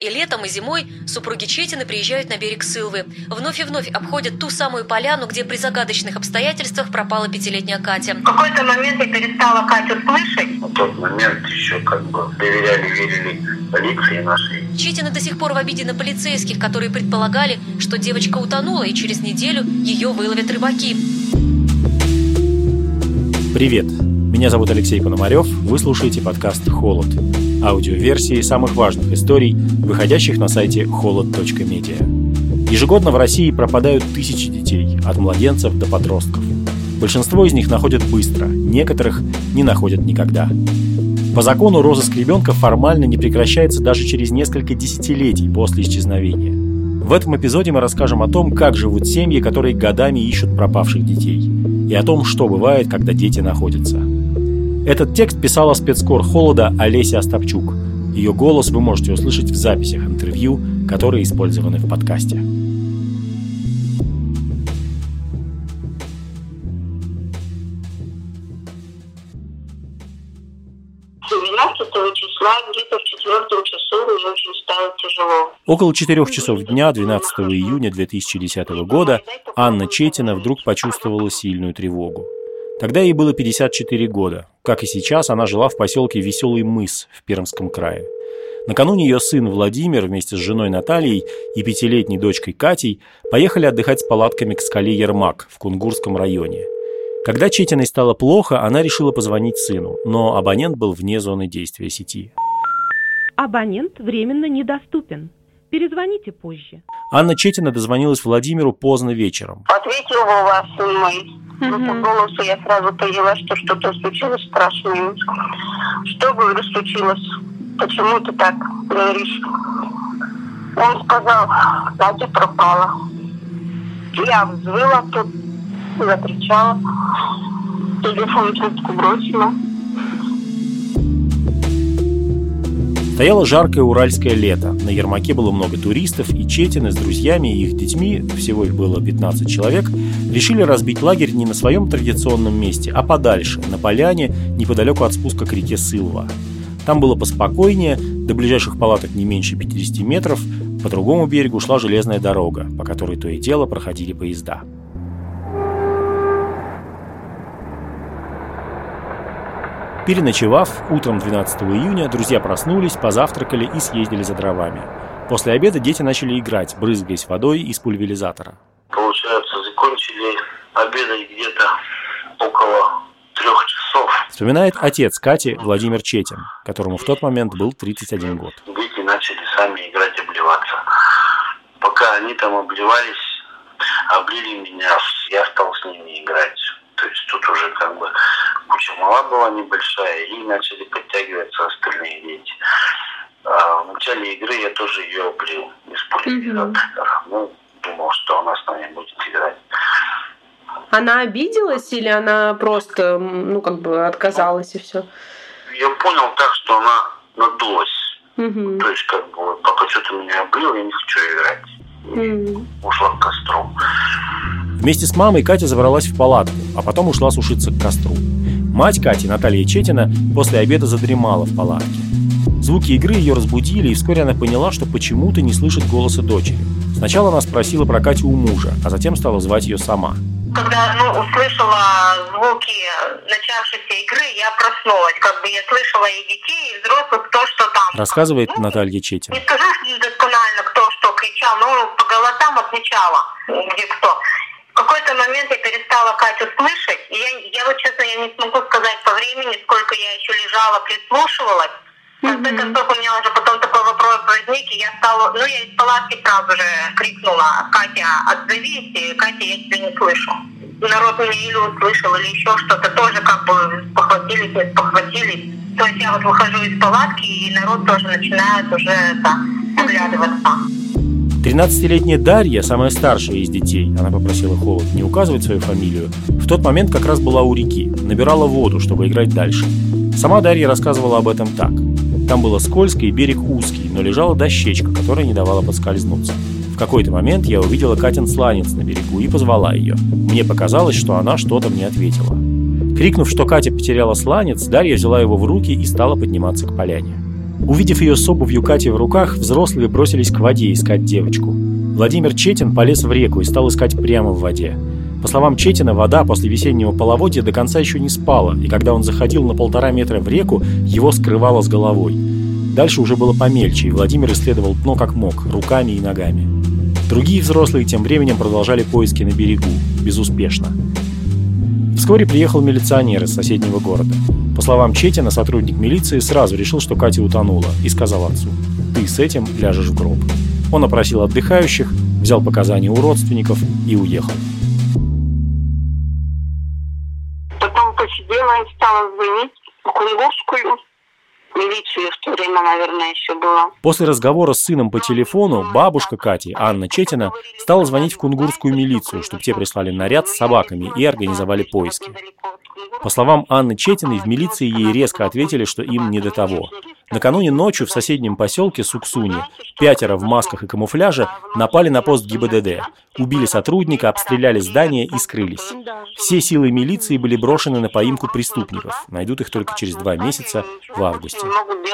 И летом, и зимой супруги Четины приезжают на берег Сылвы. Вновь и вновь обходят ту самую поляну, где при загадочных обстоятельствах пропала 5-летняя Катя. В какой-то момент я перестала Катю слышать. В тот момент еще верили полиции нашей. Четины до сих пор в обиде на полицейских, которые предполагали, что девочка утонула, и через неделю ее выловят рыбаки. Привет! Меня зовут Алексей Пономарев. Вы слушаете подкаст «Холод». Аудиоверсии самых важных историй, выходящих на сайте holod.media. Ежегодно в России пропадают тысячи детей, от младенцев до подростков. Большинство из них находят быстро, некоторых не находят никогда. По закону розыск ребенка формально не прекращается даже через несколько десятилетий после исчезновения. В этом эпизоде мы расскажем о том, как живут семьи, которые годами ищут пропавших детей, и о том, что бывает, когда дети находятся. Этот текст писала спецкор «Холода» Олеся Остапчук. Ее голос вы можете услышать в записях интервью, которые использованы в подкасте. 12 числа, где-то в 4 часу мне очень стало тяжело. Около 4 часов дня 12 июня 2010 года Анна Четина вдруг почувствовала сильную тревогу. Тогда ей было 54 года. Как и сейчас, она жила в поселке Веселый мыс в Пермском крае. Накануне ее сын Владимир вместе с женой Натальей и 5-летней дочкой Катей поехали отдыхать с палатками к скале Ермак в Кунгурском районе. Когда Четиной стало плохо, она решила позвонить сыну, но абонент был вне зоны действия сети. Абонент временно недоступен. Перезвоните позже. Анна Четина дозвонилась Владимиру поздно вечером. Ответил Вова, сын мой. По голосу я сразу поняла, что что-то случилось страшное. Что, говорю, случилось? Почему ты так говоришь? Он сказал, Катя пропала. Я взвыла тут, закричала, телефон трубку бросила. Стояло жаркое уральское лето. На Ермаке было много туристов, и Четины с друзьями и их детьми, всего их было 15 человек, решили разбить лагерь не на своем традиционном месте, а подальше, на поляне, неподалеку от спуска к реке Сылва. Там было поспокойнее, до ближайших палаток не меньше 50 метров, по другому берегу шла железная дорога, по которой то и дело проходили поезда. Переночевав, утром 12 июня друзья проснулись, позавтракали и съездили за дровами. После обеда дети начали играть, брызгаясь водой из пульверизатора. Получается, закончили обедать где-то около 3 часов. Вспоминает отец Кати Владимир Четин, которому в тот момент был 31 год. Дети начали сами играть, обливаться. Пока они там обливались, облили меня, я стал с ними играть. То есть тут уже куча мала была небольшая, и начали подтягиваться остальные дети. В начале игры я тоже ее облил из пульверизатора. Думал, что она с нами будет играть. Она обиделась или она просто, отказалась и все? Я понял так, что она надулась. То есть, пока что-то меня облил, я не хочу играть. И ушла к костру. Вместе с мамой Катя забралась в палатку, а потом ушла сушиться к костру. Мать Кати, Наталья Четина, после обеда задремала в палатке. Звуки игры ее разбудили, и вскоре она поняла, что почему-то не слышит голоса дочери. Сначала она спросила про Катю у мужа, а затем стала звать ее сама. Когда услышала звуки начавшейся игры, я проснулась. Я слышала и детей, и взрослых, кто что там. Рассказывает Наталья Четина. Не скажу досконально, кто что кричал, но по голосам отличала, где кто. В какой-то момент я перестала Катю слышать, и я честно, я не смогу сказать по времени, сколько я еще лежала, прислушивалась. В конце концов, у меня уже потом такой вопрос возник, и я из палатки сразу же крикнула: Катя, отзовись, и Катя, я тебя не слышу. Народ меня или услышал, или еще что-то, тоже спохватились, не спохватились. То есть я выхожу из палатки, и народ тоже начинает уже оглядываться. 13-летняя Дарья, самая старшая из детей, она попросила Холод не указывать свою фамилию, в тот момент как раз была у реки, набирала воду, чтобы играть дальше. Сама Дарья рассказывала об этом так. Там было скользко и берег узкий, но лежала дощечка, которая не давала подскользнуться. В какой-то момент я увидела Катин сланец на берегу и позвала ее. Мне показалось, что она что-то мне ответила. Крикнув, что Катя потеряла сланец, Дарья взяла его в руки и стала подниматься к поляне. Увидев ее с обувью Кати в руках, взрослые бросились к воде искать девочку. Владимир Четин полез в реку и стал искать прямо в воде. По словам Четина, вода после весеннего половодья до конца еще не спала, и когда он заходил на 1,5 метра в реку, его скрывало с головой. Дальше уже было помельче, и Владимир исследовал дно как мог, руками и ногами. Другие взрослые тем временем продолжали поиски на берегу, безуспешно. Вскоре приехал милиционер из соседнего города. По словам Четина, сотрудник милиции сразу решил, что Катя утонула, и сказал отцу: «Ты с этим ляжешь в гроб». Он опросил отдыхающих, взял показания у родственников и уехал. Потом посидела и стала звонить в Кунгурскую милицию, в то время, наверное, еще была. После разговора с сыном по телефону бабушка Кати, Анна Четина, стала звонить в кунгурскую милицию, чтобы те прислали наряд с собаками и организовали поиски. По словам Анны Четиной, в милиции ей резко ответили, что им не до того. Накануне ночью в соседнем поселке Суксуни 5 в масках и камуфляже напали на пост ГИБДД, убили сотрудника, обстреляли здание и скрылись. Все силы милиции были брошены на поимку преступников. Найдут их только через 2 месяца, в августе.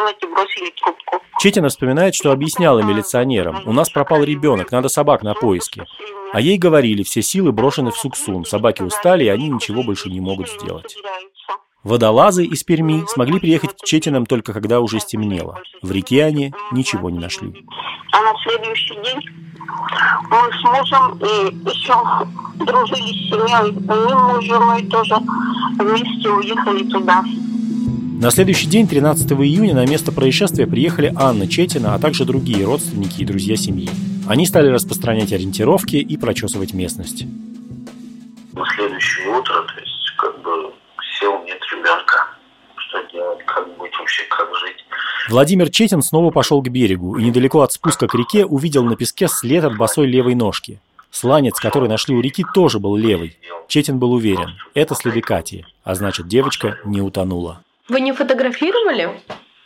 Четина вспоминает, что объясняла милиционерам: «У нас пропал ребенок, надо собак на поиски». А ей говорили: все силы брошены в Суксун, собаки устали, и они ничего больше не могут сделать. Водолазы из Перми смогли приехать к Четинам только когда уже стемнело. В реке они ничего не нашли. А на следующий день мы с мужем и еще дружили с семьей. Мы, муж с женой тоже вместе уехали туда. На следующий день, 13 июня, на место происшествия приехали Анна Четина, а также другие родственники и друзья семьи. Они стали распространять ориентировки и прочесывать местность. На следующее утро, то есть, сел, нет ребенка. Что делать, как быть вообще, как жить? Владимир Четин снова пошел к берегу и недалеко от спуска к реке увидел на песке след от босой левой ножки. Сланец, который нашли у реки, тоже был левый. Четин был уверен, это следы Кати, а значит, девочка не утонула. Вы не фотографировали?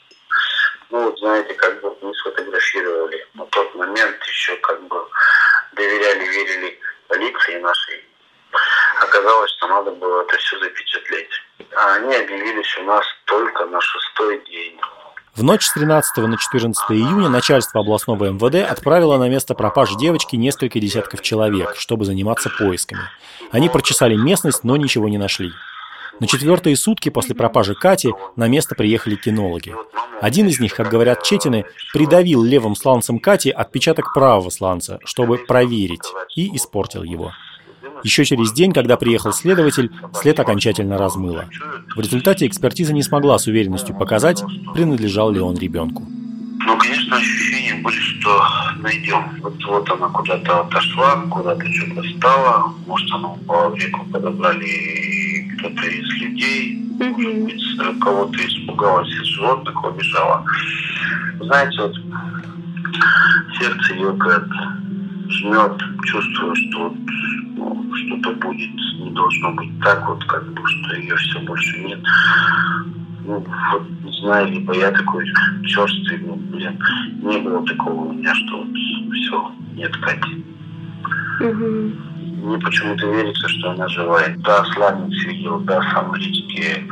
Знаете, не сфотографировали. На тот момент еще доверяли, верили полиции нашей. Оказалось, что надо было это все запечатлеть. А они объявились у нас только на 6-й день. В ночь с 13 на 14 июня начальство областного МВД отправило на место пропажи девочки несколько десятков человек, чтобы заниматься поисками. Они прочесали местность, но ничего не нашли. На 4-е сутки после пропажи Кати на место приехали кинологи. Один из них, как говорят Четины, придавил левым сланцем Кати отпечаток правого сланца, чтобы проверить, и испортил его. Еще через день, когда приехал следователь, след окончательно размыло. В результате экспертиза не смогла с уверенностью показать, принадлежал ли он ребенку. Конечно, ощущения были, что найдем. Вот она куда-то отошла, куда-то что-то стала. Может, она упала в реку, подобрали кто-то из людей. Может быть, кого-то испугалась, из животных убежала. Знаете, сердце ее жмет, чувствую, что что-то будет, не должно быть так, что ее все больше нет. Не знаю, либо я такой черствый, не было такого у меня, что все, нет Кати. Мне почему-то верится, что она живая. Да, сланец видел, да, сам в речке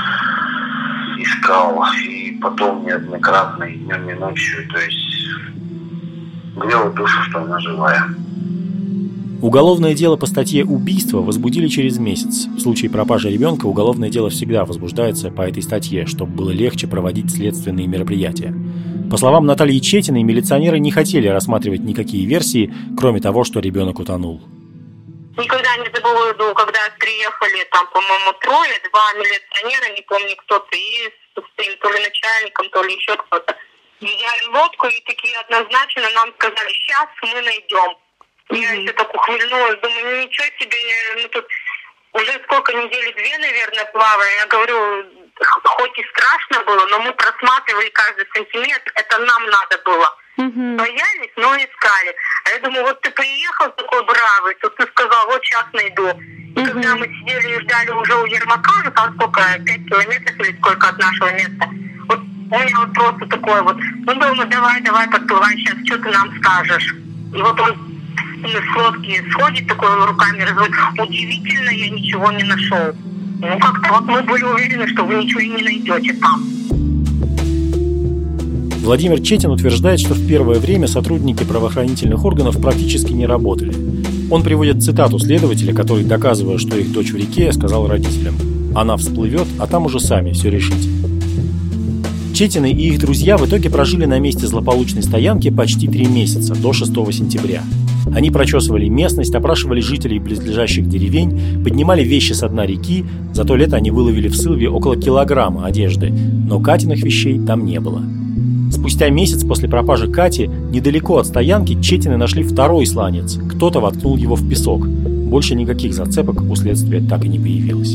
искал, и потом неоднократно, и днем, и ночью, то есть грел душу, что она живая. Уголовное дело по статье «Убийство» возбудили через месяц. В случае пропажи ребенка уголовное дело всегда возбуждается по этой статье, чтобы было легче проводить следственные мероприятия. По словам Натальи Четиной, милиционеры не хотели рассматривать никакие версии, кроме того, что ребенок утонул. Никогда не забываю, когда приехали, по-моему, 2 милиционера, не помню кто-то, и с то ли начальником, то ли еще кто-то. Взяли лодку и такие однозначно нам сказали: сейчас мы найдем. Я еще так ухмыльнулась, думаю, ничего себе, мы тут уже сколько, недели 2, наверное, плаваем. Я говорю, хоть и страшно было, но мы просматривали каждый сантиметр, это нам надо было. Боялись, но искали. А я думаю, вот ты приехал такой бравый, то ты сказал, вот сейчас найду. И когда мы сидели и ждали уже у Ермака, там сколько, 5 километров или сколько от нашего места, вот у меня вот просто такое думаю, давай, подплывай сейчас, что ты нам скажешь. И вот он с лодки сходит, такой руками разводит. Удивительно, я ничего не нашел. Как-то мы были уверены, что вы ничего и не найдете там. Владимир Четин утверждает, что в первое время сотрудники правоохранительных органов практически не работали. Он приводит цитату следователя, который, доказывая, что их дочь в реке, сказал родителям: «Она всплывет, а там уже сами все решите». Четины и их друзья в итоге прожили на месте злополучной стоянки почти 3 месяца, до 6 сентября. Они прочесывали местность, опрашивали жителей близлежащих деревень, поднимали вещи со дна реки. За то лето они выловили в Сылве около килограмма одежды, но Катиных вещей там не было. Спустя месяц после пропажи Кати недалеко от стоянки Четины нашли второй сланец. Кто-то воткнул его в песок. Больше никаких зацепок у следствия так и не появилось.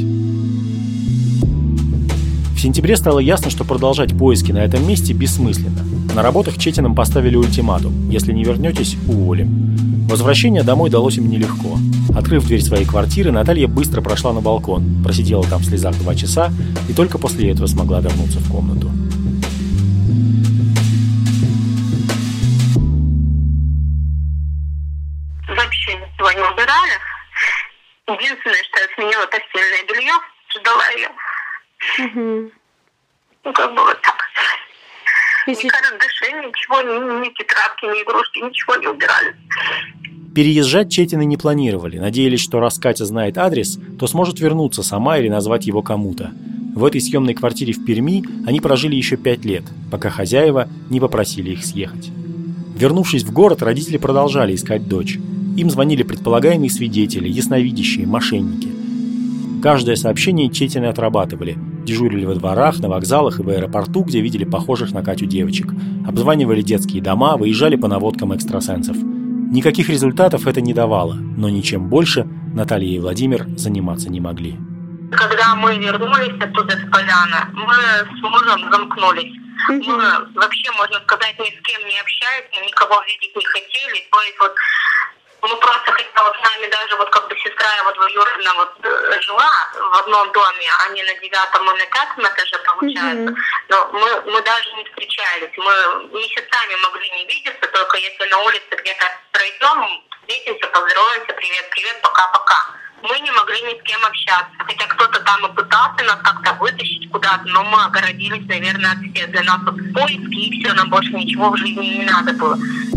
В сентябре стало ясно, что продолжать поиски на этом месте бессмысленно. На работах Четинам поставили ультиматум: если не вернетесь, уволим. Возвращение домой далось им нелегко. Открыв дверь своей квартиры, Наталья быстро прошла на балкон, просидела там в слезах 2 часа и только после этого смогла вернуться в комнату. Вообще ничего не убирали. Единственное, что я сменила постельное белье, ждала ее. Ну, как бы вот так. Ни карандаши, ничего, ни тетрадки, ни игрушки, ничего не убирали. Переезжать Четины не планировали. Надеялись, что раз Катя знает адрес, то сможет вернуться сама или назвать его кому-то. В этой съемной квартире в Перми они прожили еще 5 лет, пока хозяева не попросили их съехать. Вернувшись в город, родители продолжали искать дочь. Им звонили предполагаемые свидетели, ясновидящие, мошенники. Каждое сообщение Четины отрабатывали. Дежурили во дворах, на вокзалах и в аэропорту, где видели похожих на Катю девочек. Обзванивали детские дома, выезжали по наводкам экстрасенсов. Никаких результатов это не давало, но ничем больше Наталья и Владимир заниматься не могли. Когда мы вернулись оттуда с поляны, мы с мужем замкнулись. Мы вообще, можно сказать, ни с кем не общались, мы никого видеть не хотели. То есть вот мы просто, хотя вот с нами даже вот как бы сестра вот двоюродная вот жила в одном доме, а не на 9-м и на 5-м этаже, получается. Но мы даже не встречались. Мы месяцами могли не видеться, только если на улице где-то пройдем, встретимся, поздороваемся, привет, пока-пока. Мы не могли ни с кем общаться. Хотя кто-то там и пытался нас как-то вытащить куда-то, но мы огородились, наверное, от всех. Для нас вот поиски и все, нам больше ничего в жизни не надо было.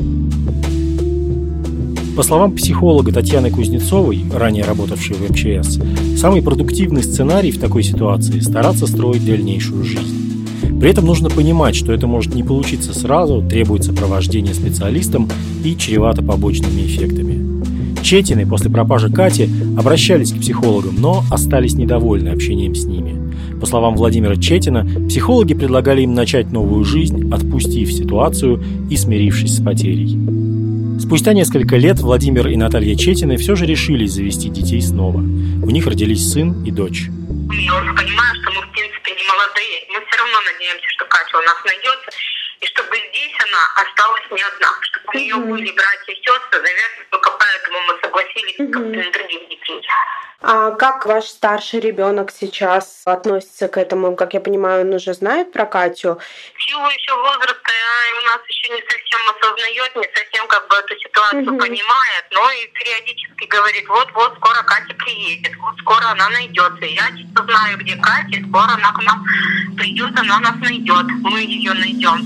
По словам психолога Татьяны Кузнецовой, ранее работавшей в МЧС, самый продуктивный сценарий в такой ситуации – стараться строить дальнейшую жизнь. При этом нужно понимать, что это может не получиться сразу, требует сопровождения специалистом и чревато побочными эффектами. Четины после пропажи Кати обращались к психологам, но остались недовольны общением с ними. По словам Владимира Четина, психологи предлагали им начать новую жизнь, отпустив ситуацию и смирившись с потерей. Спустя несколько лет Владимир и Наталья Четины все же решились завести детей снова. У них родились сын и дочь. Я уже понимаю, что мы, в принципе, не молодые. Мы все равно надеемся, что Катя у нас найдется. И чтобы здесь она осталась не одна. Чтобы у нее были братья и сестры, наверное, только поэтому мы согласились как-то на других детей. А как ваш старший ребенок сейчас относится к этому? Как я понимаю, он уже знает про Катю? В силу еще возраста у нас еще не совсем осознает, не совсем как бы эту ситуацию понимает, но и периодически говорит: вот скоро Катя приедет, вот скоро она найдется. Я чисто знаю, где Катя, скоро она к нам придет, она нас найдет, мы ее найдем.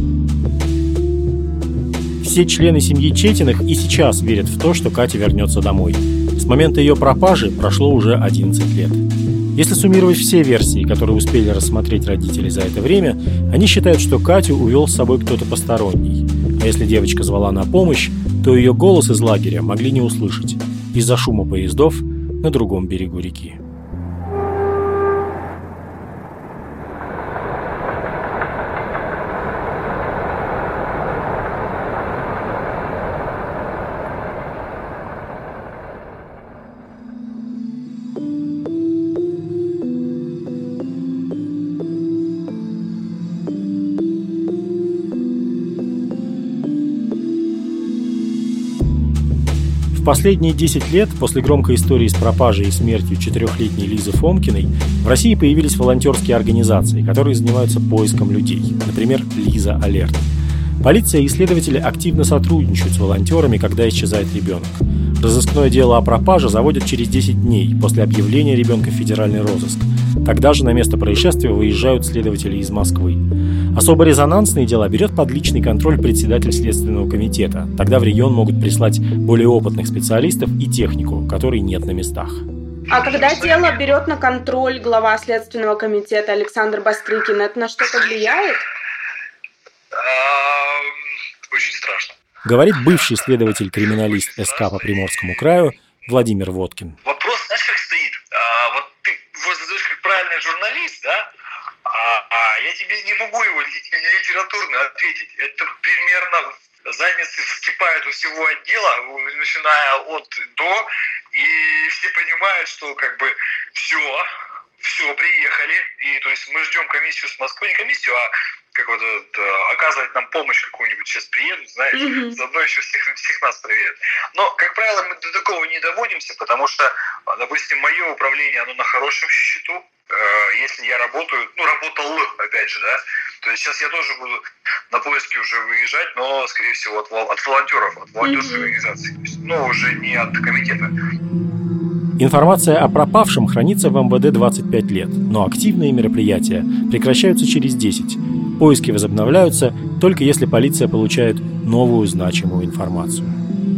Все члены семьи Четиных и сейчас верят в то, что Катя вернется домой. С момента ее пропажи прошло уже 11 лет. Если суммировать все версии, которые успели рассмотреть родители за это время, они считают, что Катю увел с собой кто-то посторонний. А если девочка звала на помощь, то ее голос из лагеря могли не услышать из-за шума поездов на другом берегу реки. В последние 10 лет после громкой истории с пропажей и смертью 4-летней Лизы Фомкиной в России появились волонтерские организации, которые занимаются поиском людей, например, Лиза Алерт. Полиция и исследователи активно сотрудничают с волонтерами, когда исчезает ребенок. Розыскное дело о пропаже заводят через 10 дней после объявления ребенка в федеральный розыск. Тогда же на место происшествия выезжают следователи из Москвы. Особо резонансные дела берет под личный контроль председатель Следственного комитета. Тогда в регион могут прислать более опытных специалистов и технику, которой нет на местах. А когда дело берет на контроль глава Следственного комитета Александр Бастрыкин, это на что-то влияет? Очень страшно. Говорит бывший следователь-криминалист СК по Приморскому краю Владимир Водкин. Вопрос, знаешь, как стоит? Вот ты его задаешь как правильный журналист, да? Я тебе не могу его литературно ответить. Это примерно задницы вскипают у всего отдела, начиная от до, и все понимают, что как бы все, приехали, и то есть мы ждем комиссию с Москвы, не комиссию, а как вот оказывать нам помощь какую-нибудь, сейчас приедут, знаешь, заодно еще всех нас проверят. Но, как правило, мы до такого не доводимся, потому что, допустим, мое управление, оно на хорошем счету. Если я работаю, работал, опять же, да, то есть сейчас я тоже буду на поиски уже выезжать, но, скорее всего, от волонтеров, от волонтерской организации, но уже не от комитета. Информация о пропавшем хранится в МВД 25 лет, но активные мероприятия прекращаются через 10. Поиски возобновляются только если полиция получает новую значимую информацию.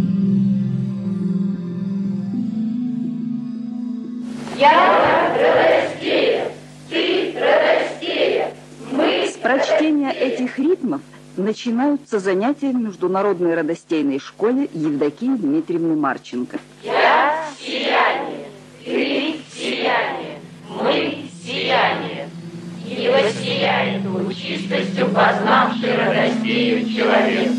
С прочтения этих ритмов начинаются занятия в Международной радостейной школе Евдокии Дмитриевны Марченко. Я – сияние, ты – сияние, мы – сияние. Его сияет лучистостью познавший радостею человек.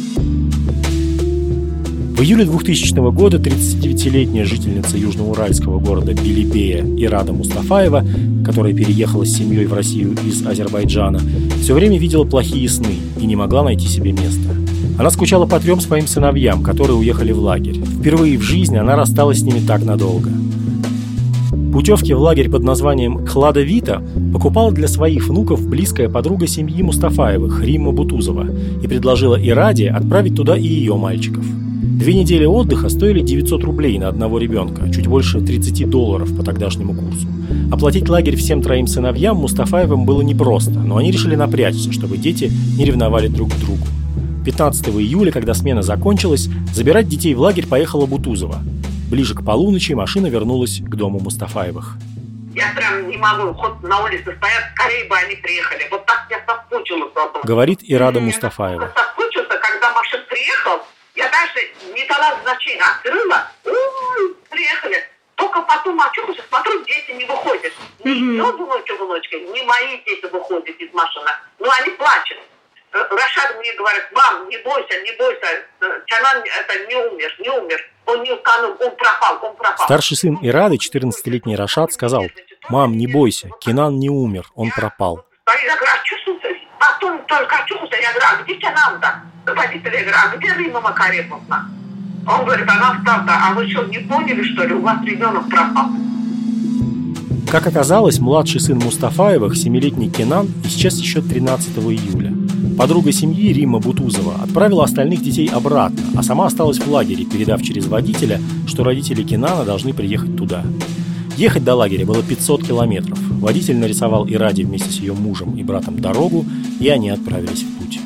В июле 2000 года 39-летняя жительница южноуральского города Белебея Ирада Мустафаева, которая переехала с семьей в Россию из Азербайджана, все время видела плохие сны и не могла найти себе места. Она скучала по 3 своим сыновьям, которые уехали в лагерь. Впервые в жизни она рассталась с ними так надолго. Путевки в лагерь под названием «Хлада-Вита» покупала для своих внуков близкая подруга семьи Мустафаевых, Римма Бутузова, и предложила Ираде отправить туда и ее мальчиков. 2 недели отдыха стоили 900 рублей на одного ребенка, чуть больше $30 по тогдашнему курсу. Оплатить лагерь всем 3 сыновьям Мустафаевым было непросто, но они решили напрячься, чтобы дети не ревновали друг к другу. 15 июля, когда смена закончилась, забирать детей в лагерь поехала Бутузова. Ближе к полуночи машина вернулась к дому Мустафаевых. Я прям не могу, хоть на улице стоят, скорее бы они приехали. Вот так я соскучилась. Говорит Ирада Мустафаева. Я соскучился, когда машина приехал, я даже не дала значения, открыла, приехали. Только потом очухался, смотрю, дети не выходят. Ни внучка, ни мои дети выходят из машины. Но они плачут. Рашад мне говорит: мам, не бойся, Чанан это не умер. Он не утонул, он пропал. Старший сын Ирады, 14-летний Рашад, сказал: мам, не бойся, Кенан не умер, он пропал. Я говорю: очухался, потом только очухался. Я говорю: а где Чанан-то? Водитель, я говорю: а где Римма Макаревна? Он говорит: она встала, а вы что, не поняли, что ли, у вас ребенок пропал? Как оказалось, младший сын Мустафаевых, 7-летний Кенан, исчез еще 13 июля. Подруга семьи Римма Бутузова отправила остальных детей обратно, а сама осталась в лагере, передав через водителя, что родители Кенана должны приехать туда. Ехать до лагеря было 500 километров. Водитель нарисовал Ираде вместе с ее мужем и братом дорогу, и они отправились в путь.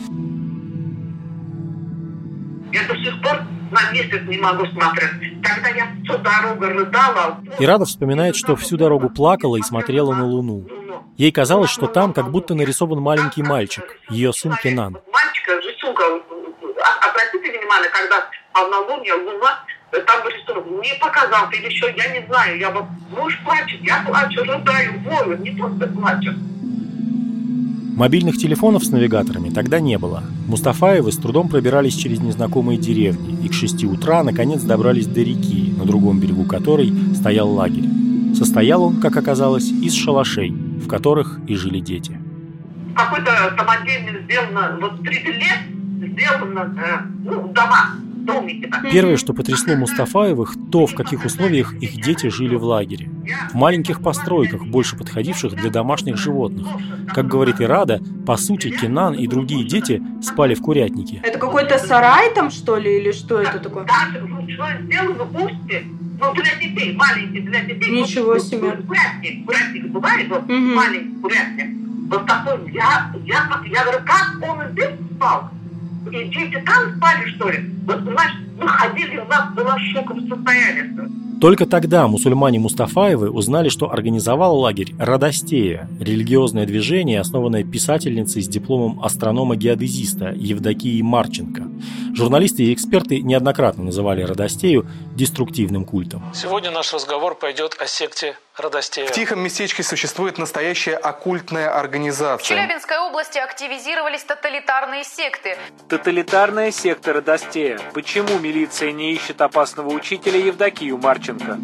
Я до сих пор на месяц не могу смотреть. Когда я всю дорогу рыдала... Ирада вспоминает, что всю дорогу плакала и смотрела на Луну. Ей казалось, что там как будто нарисован маленький мальчик, ее сын Кенан. Мальчика, рисунка, обратите внимание, когда полнолуние, луна, там рисунок мне показал, или еще, я не знаю, я вот, муж плачет, я плачу, рыдаю, вою, не просто плачу. Мобильных телефонов с навигаторами тогда не было. Мустафаевы с трудом пробирались через незнакомые деревни и к 6 утра наконец добрались до реки, на другом берегу которой стоял лагерь. Состоял он, как оказалось, из шалашей, в которых и жили дети. Какой-то самодельный сделано, вот 3 лет сделано, дома, домики. Первое, что потрясло Мустафаевых, то, в каких условиях их дети жили в лагере. В маленьких постройках, больше подходивших для домашних животных. Как говорит Ирада, по сути, Кенан и другие дети спали в курятнике. Это какой-то сарай там, что ли, или что это такое? Да, сделано в устье. Для детей, маленькие, для детей. Ничего себе. Курятник бывает, маленький курятник. Вот такой, я говорю, как он здесь спал? И дети там спали, что ли? Вот, понимаешь, мы ходили, у нас было шоковое состояние. Только тогда мусульмане Мустафаевы узнали, что организовал лагерь «Радостея» – религиозное движение, основанное писательницей с дипломом астронома-геодезиста Евдокией Марченко. Журналисты и эксперты неоднократно называли «Радостею» деструктивным культом. Сегодня наш разговор пойдет о секте «Радостея». В тихом местечке существует настоящая оккультная организация. В Челябинской области активизировались тоталитарные секты. Тоталитарная секта «Радостея». Почему милиция не ищет опасного учителя Евдокию Марченко?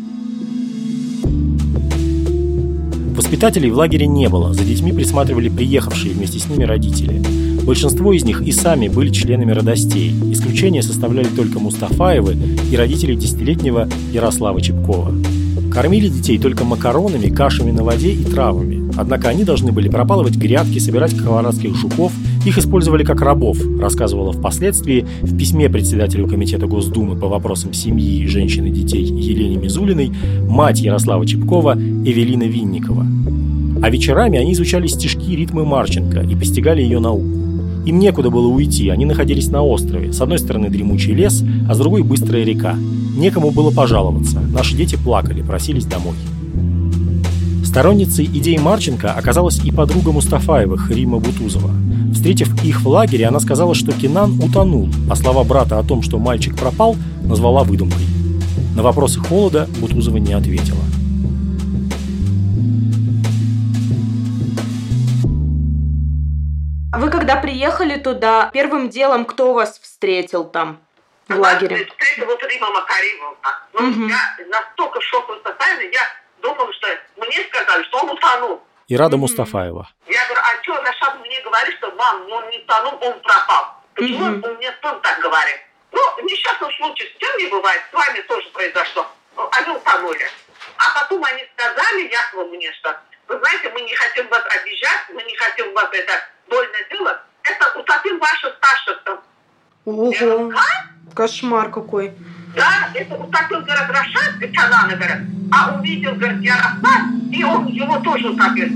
Воспитателей в лагере не было, за детьми присматривали приехавшие вместе с ними родители. Большинство из них и сами были членами «Радостей». Исключение составляли только Мустафаевы и родители 10-летнего Ярослава Чепкова. Кормили детей только макаронами, кашами на воде и травами. Однако они должны были пропалывать грядки, собирать колорадских жуков. Их использовали как рабов, рассказывала впоследствии в письме председателю Комитета Госдумы по вопросам семьи, женщин и детей Елене Мизулиной мать Ярослава Чепкова Эвелина Винникова. А вечерами они изучали стишки Ритмы Марченко и постигали ее науку. Им некуда было уйти, они находились на острове. С одной стороны дремучий лес, а с другой быстрая река. Некому было пожаловаться. Наши дети плакали, просились домой. Сторонницей идеи Марченко оказалась и подруга Мустафаевых, Римма Бутузова. Встретив их в лагере, она сказала, что Кенан утонул, а слова брата о том, что мальчик пропал, назвала выдумкой. На вопросы Холода Бутузова не ответила. Вы когда приехали туда, первым делом кто вас встретил там, в лагере? Встретила вот Рима Макаривовна. Я настолько в шоковом состоянии, я думала, что мне сказали, что он утонул. И Рада Мустафаева. Я говорю, а что, Рашад мне говорит, что мам, он не утонул, он пропал. Почему он мне тоже так говорит? Ну, несчастный случай, с кем не бывает, с вами тоже произошло. Они утонули. А потом они сказали Якову мне, что, вы знаете, мы не хотим вас обижать, мы не хотим вас это больно делать. Это утопил ваших старших там. Ого, кошмар какой. Да, это утопил, говорят, Рашад, Кенана, говорят, а увидел, говорит, Ярослав, и он его тоже утопил.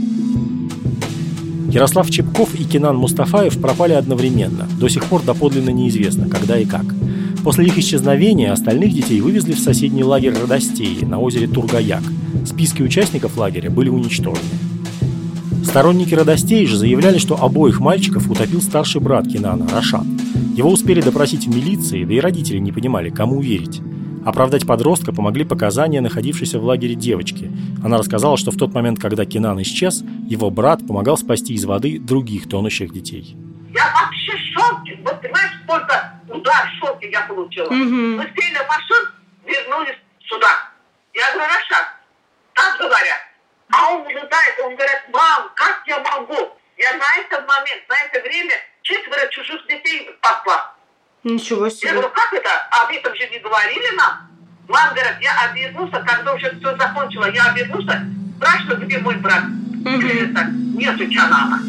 Ярослав Чепков и Кенан Мустафаев пропали одновременно. До сих пор доподлинно неизвестно, когда и как. После их исчезновения остальных детей вывезли в соседний лагерь Радостеи на озере Тургаяк. Списки участников лагеря были уничтожены. Сторонники Радостеи же заявляли, что обоих мальчиков утопил старший брат Кенана, Рашад. Его успели допросить в милиции, да и родители не понимали, кому верить. Оправдать подростка помогли показания находившейся в лагере девочки. Она рассказала, что в тот момент, когда Кенан исчез, его брат помогал спасти из воды других тонущих детей. Я вообще в шоке. Вот понимаешь, сколько удар в шоке я получила. Мы сели в машину, вернулись сюда. Я говорю, Рашад, так говорят. А он рыдает, он говорит, мам, как я могу? Я на этот момент, на это время 4 чужих детей спасла. Ничего себе. Я говорю, как это? Об этом же не говорили нам. Мама говорит, я обернулся, когда уже все закончила, я обернулся, спрашиваю, где мой брат? Нету Кенана.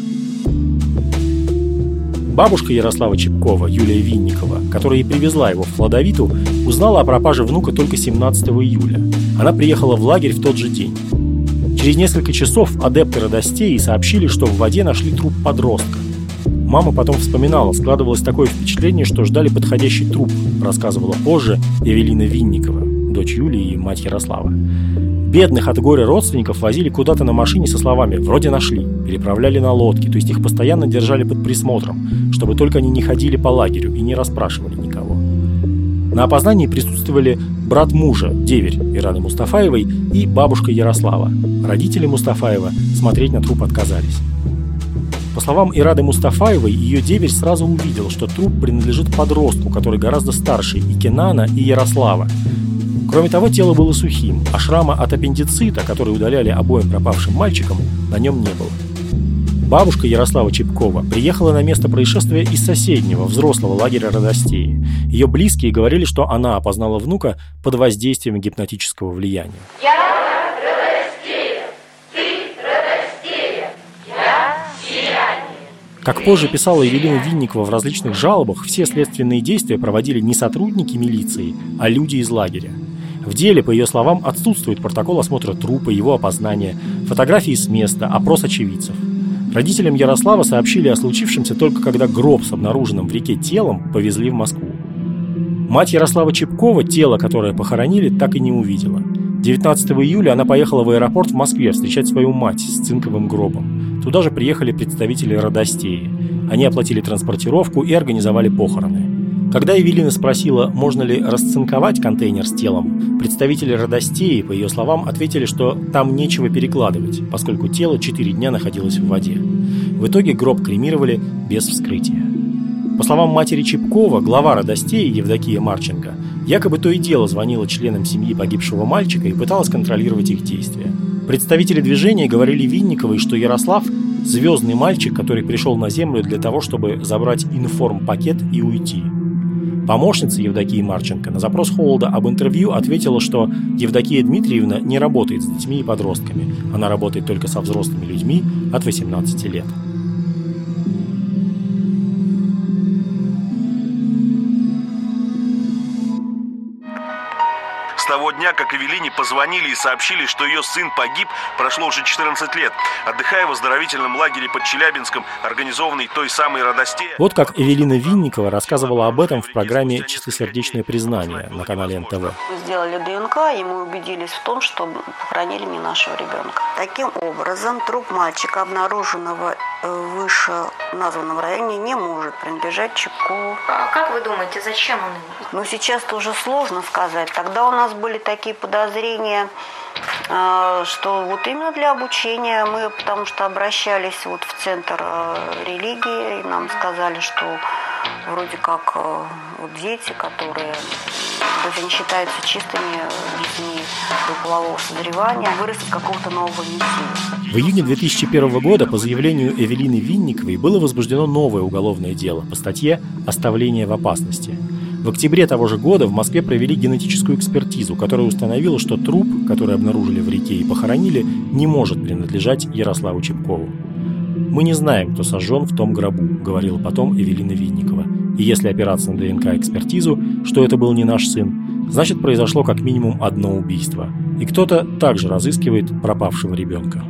Бабушка Ярослава Чепкова, Юлия Винникова, которая и привезла его в Плодовиту, узнала о пропаже внука только 17 июля. Она приехала в лагерь в тот же день. Через несколько часов адепты Радостеи сообщили, что в воде нашли труп подростка. Мама потом вспоминала, складывалось такое впечатление, что ждали подходящий труп, рассказывала позже Эвелина Винникова, дочь Юлии и мать Ярослава. Бедных от горя родственников возили куда-то на машине со словами «вроде нашли», переправляли на лодке, то есть их постоянно держали под присмотром, чтобы только они не ходили по лагерю и не расспрашивали никого. На опознании присутствовали брат мужа, деверь Ираны Мустафаевой, и бабушка Ярослава. Родители Мустафаева смотреть на труп отказались. По словам Ирады Мустафаевой, ее деверь сразу увидел, что труп принадлежит подростку, который гораздо старше и Кенана, и Ярослава. Кроме того, тело было сухим, а шрама от аппендицита, который удаляли обоим пропавшим мальчикам, на нем не было. Бабушка Ярослава Чепкова приехала на место происшествия из соседнего, взрослого лагеря Радостеи. Ее близкие говорили, что она опознала внука под воздействием гипнотического влияния. Я Радостея, ты Радостея, я сияние. Как позже писала Эвелина Винникова в различных жалобах, все следственные действия проводили не сотрудники милиции, а люди из лагеря. В деле, по ее словам, отсутствует протокол осмотра трупа, его опознания, фотографии с места, опрос очевидцев. Родителям Ярослава сообщили о случившемся только когда гроб с обнаруженным в реке телом повезли в Москву. Мать Ярослава Чепкова тело, которое похоронили, так и не увидела. 19 июля она поехала в аэропорт в Москве встречать свою мать с цинковым гробом. Туда же приехали представители Родостеи. Они оплатили транспортировку и организовали похороны. Когда Эвелина спросила, можно ли расцинковать контейнер с телом, представители Родостеи, по ее словам, ответили, что там нечего перекладывать, поскольку тело 4 дня находилось в воде. В итоге гроб кремировали без вскрытия. По словам матери Чепкова, глава Родостеи Евдокия Марченко якобы то и дело звонила членам семьи погибшего мальчика и пыталась контролировать их действия. Представители движения говорили Винниковой, что Ярослав – звездный мальчик, который пришел на землю для того, чтобы забрать информпакет и уйти. Помощница Евдокии Марченко на запрос Холода об интервью ответила, что Евдокия Дмитриевна не работает с детьми и подростками. Она работает только со взрослыми людьми от 18 лет. С того дня, как Эвелине позвонили и сообщили, что ее сын погиб, прошло уже 14 лет. Отдыхая в оздоровительном лагере под Челябинском, организованный той самой Родостеей. Вот как Эвелина Винникова рассказывала об этом в программе «Чистосердечное признание» на канале НТВ. Мы сделали ДНК, и мы убедились в том, что похоронили не нашего ребенка. Таким образом, труп мальчика, обнаруженного в вышеназванном районе, не может принадлежать Чепкову. А как вы думаете, зачем он ему? Ну, сейчас тоже сложно сказать. Тогда у нас были такие подозрения, что вот именно для обучения мы, потому что обращались вот в центр религии, и нам сказали, что вроде как вот дети, которые вроде не считаются чистыми детьми до полового созревания, вырастут какого-то нового мессии. В июне 2001 года по заявлению Эвелины Винниковой было возбуждено новое уголовное дело по статье «Оставление в опасности». В октябре того же года в Москве провели генетическую экспертизу, которая установила, что труп, который обнаружили в реке и похоронили, не может принадлежать Ярославу Чепкову. «Мы не знаем, кто сожжен в том гробу», — говорила потом Эвелина Винникова. «И если опираться на ДНК-экспертизу, что это был не наш сын, значит, произошло как минимум одно убийство. И кто-то также разыскивает пропавшего ребенка».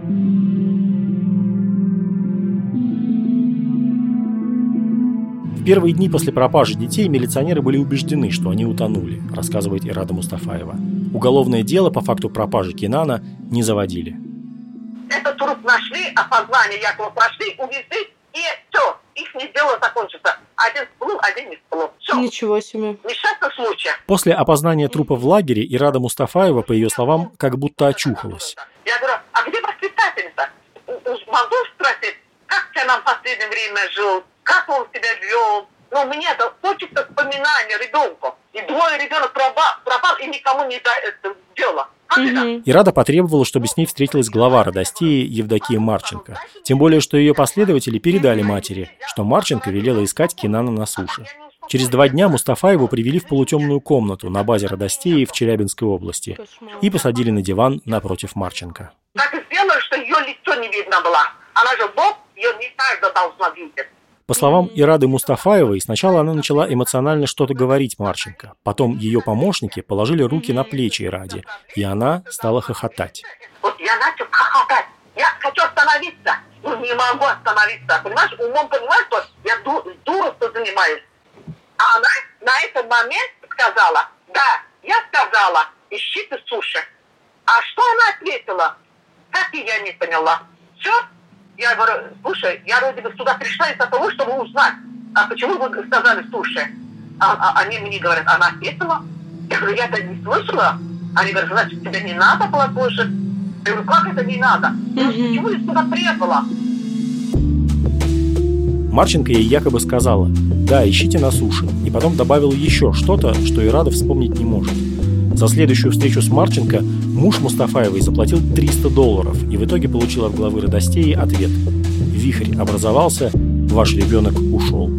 В первые дни после пропажи детей милиционеры были убеждены, что они утонули, рассказывает Ирада Мустафаева. Уголовное дело по факту пропажи Кенана не заводили. Этот труп нашли, опознание якобы прошли, увезли, и все, их дело закончится. Один всплыл, один не всплыл. Все. Ничего себе. Несчастный случай. После опознания трупа в лагере Ирада Мустафаева, по ее словам, как будто очухалась. Я говорю, а где воспитательница? Могу спросить, как Кенан в последнее время жил? Как он себя вел? Но мне-то хочется вспоминания ребенку. И двое ребенок пропал, и никому не дает дела. Ирада потребовала, чтобы с ней встретилась глава Родостеи Евдокия Марченко. Тем более, что ее последователи передали матери, что Марченко велела искать Кенана на суше. Через 2 дня Мустафаеву привели в полутемную комнату на базе Родостеи в Челябинской области и посадили на диван напротив Марченко. Так и сделали, что ее лицо не видно было. Она же Бог, ее не каждый должна видеть. По словам Ирады Мустафаевой, сначала она начала эмоционально что-то говорить Марченко. Потом ее помощники положили руки на плечи Ираде, и она стала хохотать. Вот я начал хохотать. Я хочу остановиться, но не могу остановиться. Понимаешь, умом понимаешь, что я дуростью занимаюсь. А она на этот момент сказала, да, я сказала, ищите суши. А что она ответила? Так и я не поняла. Все? Я говорю, слушай, я вроде бы сюда пришла из-за того, чтобы узнать, а почему вы сказали суши? Они мне говорят, она ответила. Я говорю, я это не слышала. Они говорят, значит, тебе не надо было слушать. Я говорю, как это не надо? Почему я сюда приехала? Марченко ей якобы сказала, да, ищите на суше, и потом добавила еще что-то, что Ирада вспомнить не может. За следующую встречу с Марченко муж Мустафаевой заплатил $300 и в итоге получил от главы Родостеи ответ: «Вихрь образовался, ваш ребенок ушел».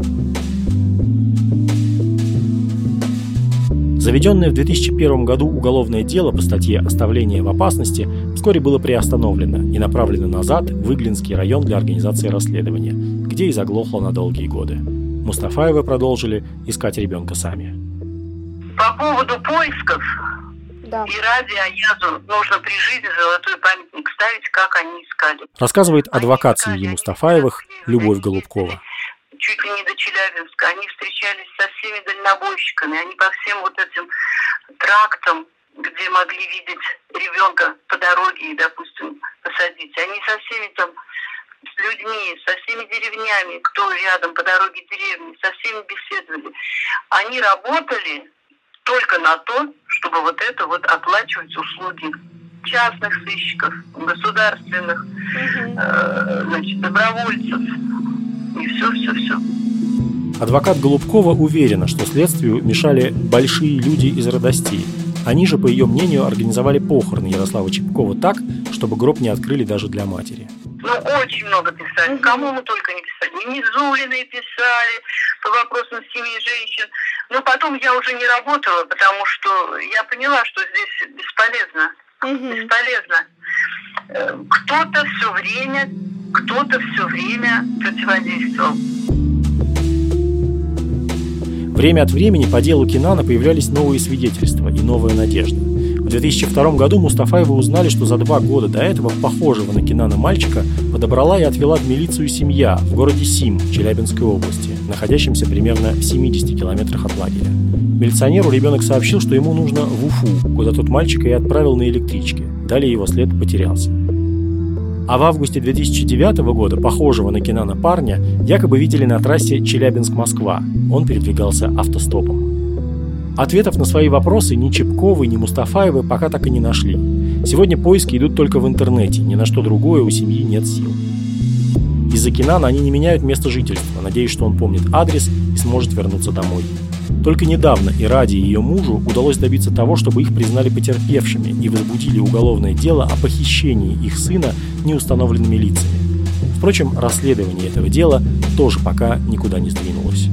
Заведенное в 2001 году уголовное дело по статье «Оставление в опасности» вскоре было приостановлено и направлено назад в Иглинский район для организации расследования, где и заглохло на долгие годы. Мустафаевы продолжили искать ребенка сами. По поводу поисков, Да. И Раде Аязу нужно при жизни золотой памятник ставить, как они искали. Рассказывает адвокат семьи Мустафаевых Любовь Голубкова. Чуть ли не до Челябинска. Они встречались со всеми дальнобойщиками. Они по всем вот этим трактам, где могли видеть ребенка по дороге и, допустим, посадить. Они со всеми там, с людьми, со всеми деревнями, кто рядом по дороге деревни, со всеми беседовали. Они работали только на то, чтобы вот это вот оплачивать услуги частных сыщиков, государственных, добровольцев. И все. Адвокат Голубкова уверена, что следствию мешали большие люди из Радостей. Они же, по ее мнению, организовали похороны Ярослава Чепкова так, чтобы гроб не открыли даже для матери. Очень много писали. Кому мы только не писали. И Низулиной писали по вопросам семьи женщин. Но потом я уже не работала, потому что я поняла, что здесь бесполезно. Бесполезно. Кто-то все время противодействовал. Время от времени по делу Кенана появлялись новые свидетельства и новая надежда. В 2002 году Мустафаевы узнали, что за 2 года до этого похожего на Кенана мальчика подобрала и отвела в милицию семья в городе Сим Челябинской области, находящемся примерно в 70 километрах от лагеря. Милиционеру ребенок сообщил, что ему нужно в Уфу, куда тот мальчика и отправил на электричке. Далее его след потерялся. А в августе 2009 года похожего на Кенана парня якобы видели на трассе Челябинск-Москва. Он передвигался автостопом. Ответов на свои вопросы ни Чепковы, ни Мустафаевы пока так и не нашли. Сегодня поиски идут только в интернете, ни на что другое у семьи нет сил. Из-за Кенана они не меняют место жительства, надеясь, что он помнит адрес и сможет вернуться домой. Только недавно Ираде и ее мужу удалось добиться того, чтобы их признали потерпевшими и возбудили уголовное дело о похищении их сына неустановленными лицами. Впрочем, расследование этого дела тоже пока никуда не сдвинулось.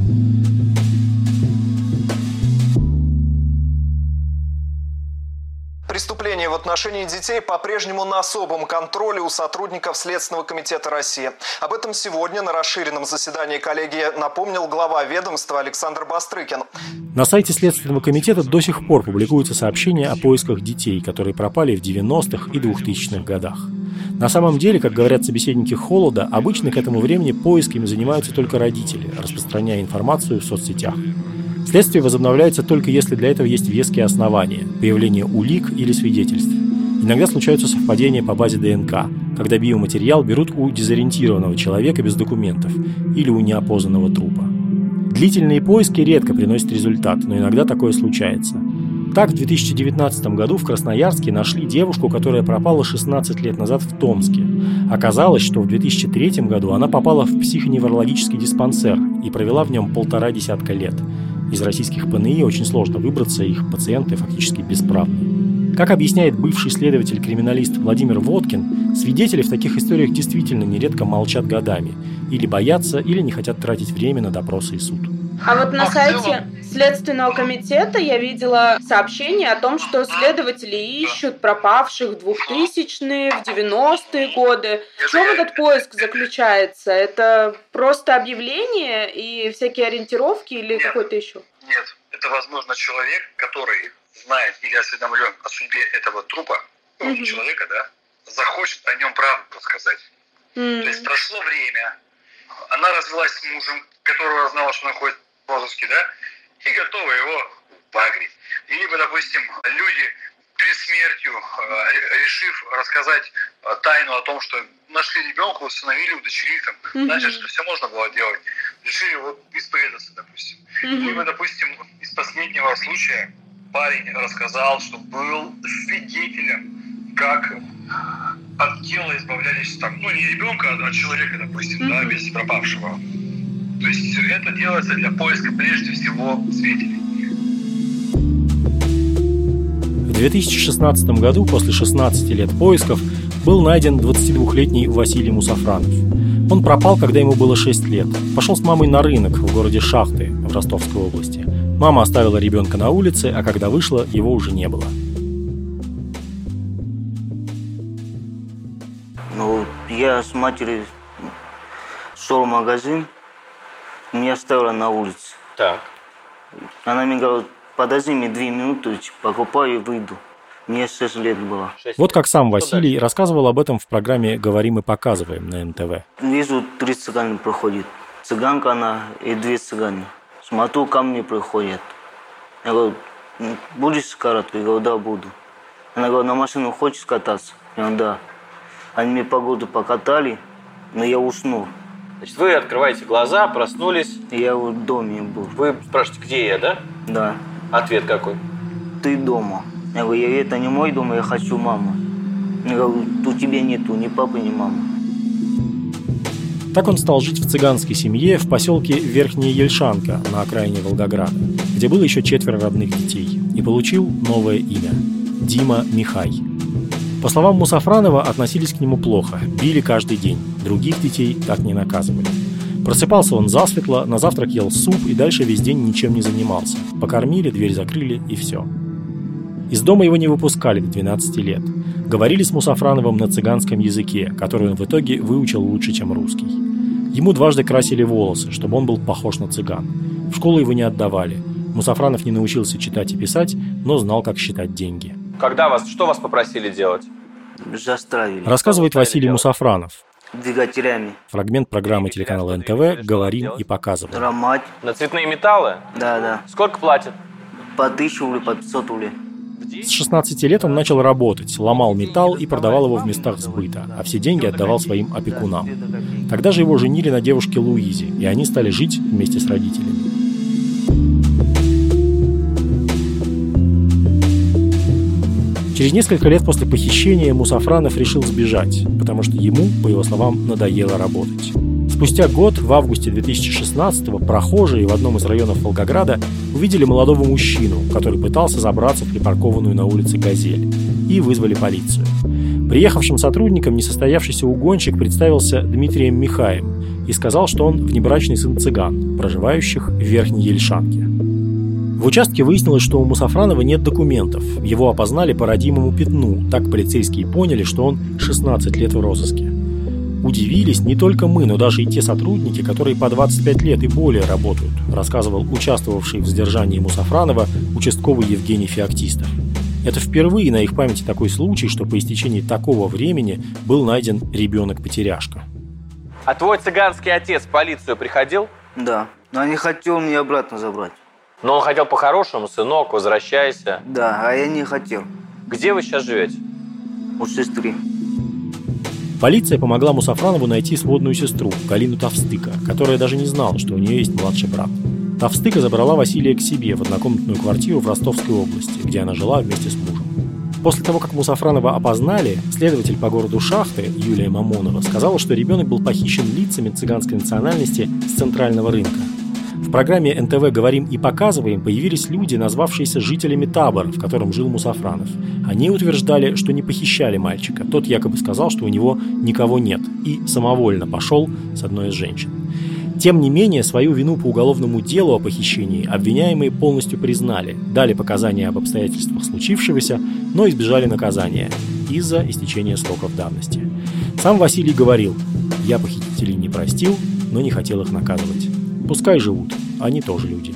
Преступления в отношении детей по-прежнему на особом контроле у сотрудников Следственного комитета России. Об этом сегодня на расширенном заседании коллегии напомнил глава ведомства Александр Бастрыкин. На сайте Следственного комитета до сих пор публикуются сообщения о поисках детей, которые пропали в 90-х и 2000-х годах. На самом деле, как говорят собеседники «Холода», обычно к этому времени поисками занимаются только родители, распространяя информацию в соцсетях. Следствие возобновляется только если для этого есть веские основания, появление улик или свидетельств. Иногда случаются совпадения по базе ДНК, когда биоматериал берут у дезориентированного человека без документов или у неопознанного трупа. Длительные поиски редко приносят результат, но иногда такое случается. Так, в 2019 году в Красноярске нашли девушку, которая пропала 16 лет назад в Томске. Оказалось, что в 2003 году она попала в психоневрологический диспансер и провела в нем 1,5 десятка лет. Из российских ПНИ очень сложно выбраться, их пациенты фактически бесправны. Как объясняет бывший следователь-криминалист Владимир Водкин, свидетели в таких историях действительно нередко молчат годами, или боятся, или не хотят тратить время на допросы и суд. А вот на сайте Следственного комитета я видела сообщение о том, что следователи ищут пропавших в 2000-е, в 90-е годы. В чем этот поиск заключается? Это просто объявление и всякие ориентировки или какой-то еще? Нет, это, возможно, человек, который знает или осведомлен о судьбе этого трупа, человека, да, захочет о нем правду рассказать. То есть прошло время, она развелась с мужем, которого знала, что находится в розыске, да, и готова его багрить. Либо, допустим, люди перед смертью, решив рассказать тайну о том, что нашли ребенка, усыновили, удочерили, там, значит, что все можно было делать. Решили вот исповедаться, допустим. Либо, допустим, из последнего случая парень рассказал, что был свидетелем, как от тела избавлялись, там, ну, не ребенка, а от человека, допустим, да, без пропавшего. То есть это делается для поиска прежде всего свидетелей. В 2016 году, после 16 лет поисков, был найден 22-летний Василий Мусафранов. Он пропал, когда ему было 6 лет. Пошел с мамой на рынок в городе Шахты в Ростовской области. Мама оставила ребенка на улице, а когда вышла, его уже не было. Ну, я с матерью шел в магазин, меня оставила на улице. Так. Она мне говорит, подожди мне 2 минуты, покупаю и выйду. Мне 6 лет было. Вот как сам Василий рассказывал об этом в программе «Говорим и показываем» на НТВ. Вижу, 3 цыгана проходит. Цыганка она и 2 цыгане. Смотрю, ко мне приходят. Я говорю, будешь карату? Я говорю, да, буду. Она говорит, на машину хочешь кататься? Я говорю, да. Они меня по городу покатали, но я уснул. Значит, вы открываете глаза, проснулись. Я в доме был. Вы спрашиваете, где я, да? Да. Ответ какой? Ты дома. Я говорю, это не мой дом, я хочу маму. Я говорю, у тебя нету ни папы, ни мамы. Так он стал жить в цыганской семье в поселке Верхняя Ельшанка на окраине Волгограда, где было еще 4 родных детей, и получил новое имя – Дима Михай. По словам Мусафранова, относились к нему плохо, били каждый день, других детей так не наказывали. Просыпался он засветло, на завтрак ел суп и дальше весь день ничем не занимался. Покормили, дверь закрыли и все. Из дома его не выпускали до 12 лет. Говорили с Мусафрановым на цыганском языке, который он в итоге выучил лучше, чем русский. Ему дважды красили волосы, чтобы он был похож на цыган. В школу его не отдавали. Мусафранов не научился читать и писать, но знал, как считать деньги. Что вас попросили делать? Заставили. Рассказывает Василий Мусафранов. Двигателями. Фрагмент программы телеканала НТВ «Говорим и показываем». Драмать. На цветные металлы? Да. Сколько платят? По 1000 рублей, по 500 рублей. С 16 лет он начал работать, ломал металл и продавал его в местах сбыта, а все деньги отдавал своим опекунам. Тогда же его женили на девушке Луизе, и они стали жить вместе с родителями. Через несколько лет после похищения Мусафранов решил сбежать, потому что ему, по его словам, надоело работать. Спустя год, в августе 2016-го, прохожие в одном из районов Волгограда увидели молодого мужчину, который пытался забраться в припаркованную на улице «Газель», и вызвали полицию. Приехавшим сотрудникам несостоявшийся угонщик представился Дмитрием Михаем и сказал, что он внебрачный сын цыган, проживающих в Верхней Ельшанке. В участке выяснилось, что у Мусафранова нет документов. Его опознали по родимому пятну. Так полицейские поняли, что он 16 лет в розыске. Удивились не только мы, но даже и те сотрудники, которые по 25 лет и более работают, рассказывал участвовавший в задержании Мусафранова участковый Евгений Феоктистов. Это впервые на их памяти такой случай, что по истечении такого времени был найден ребенок-потеряшка. А твой цыганский отец в полицию приходил? Да, но не хотел меня обратно забрать. Но он хотел по-хорошему, сынок, возвращайся. Да, а я не хотел. Где вы сейчас живете? У сестры. Полиция помогла Мусафранову найти сводную сестру, Галину Тавстыка, которая даже не знала, что у нее есть младший брат. Тавстыка забрала Василия к себе в однокомнатную квартиру в Ростовской области, где она жила вместе с мужем. После того, как Мусафранова опознали, следователь по городу Шахты Юлия Мамонова сказала, что ребенок был похищен лицами цыганской национальности с центрального рынка. В программе НТВ «Говорим и показываем» появились люди, назвавшиеся жителями табора, в котором жил Мусафранов. Они утверждали, что не похищали мальчика. Тот якобы сказал, что у него никого нет, и самовольно пошел с одной из женщин. Тем не менее, свою вину по уголовному делу о похищении обвиняемые полностью признали, дали показания об обстоятельствах случившегося, но избежали наказания из-за истечения сроков давности. Сам Василий говорил: «Я похитителей не простил, но не хотел их наказывать. Пускай живут, они тоже люди».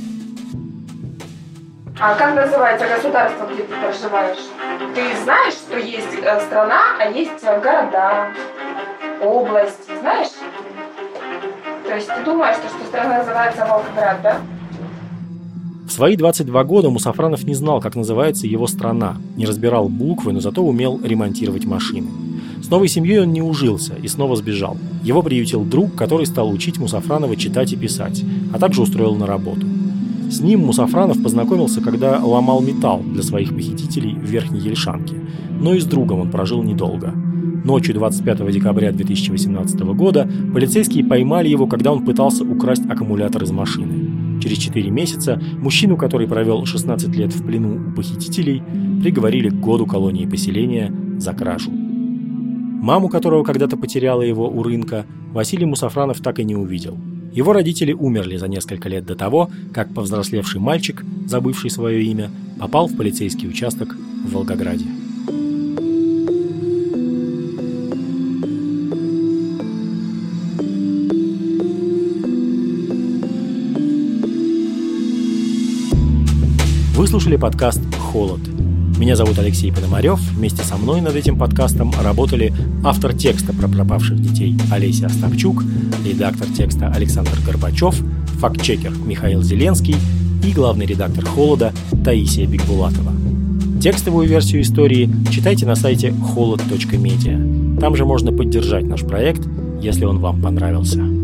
А как называется государство, где ты проживаешь? Ты знаешь, что есть страна, а есть города, область, знаешь? То есть ты думаешь, что страна называется Волгоград, да? В свои 22 года Мусафранов не знал, как называется его страна, не разбирал буквы, но зато умел ремонтировать машины. С новой семьей он не ужился и снова сбежал. Его приютил друг, который стал учить Мусафранова читать и писать, а также устроил на работу. С ним Мусафранов познакомился, когда ломал металл для своих похитителей в Верхней Ельшанке, но и с другом он прожил недолго. Ночью 25 декабря 2018 года полицейские поймали его, когда он пытался украсть аккумулятор из машины. Через 4 месяца мужчину, который провел 16 лет в плену у похитителей, приговорили к году колонии поселения за кражу. Маму, которого когда-то потеряла его у рынка, Василий Мусафранов так и не увидел. Его родители умерли за несколько лет до того, как повзрослевший мальчик, забывший свое имя, попал в полицейский участок в Волгограде. Вы слушали подкаст «Холод». Меня зовут Алексей Пономарев. Вместе со мной над этим подкастом работали автор текста про пропавших детей Олеся Остапчук, редактор текста Александр Горбачев, фактчекер Михаил Зеленский и главный редактор «Холода» Таисия Бикбулатова. Текстовую версию истории читайте на сайте holod.media. Там же можно поддержать наш проект, если он вам понравился.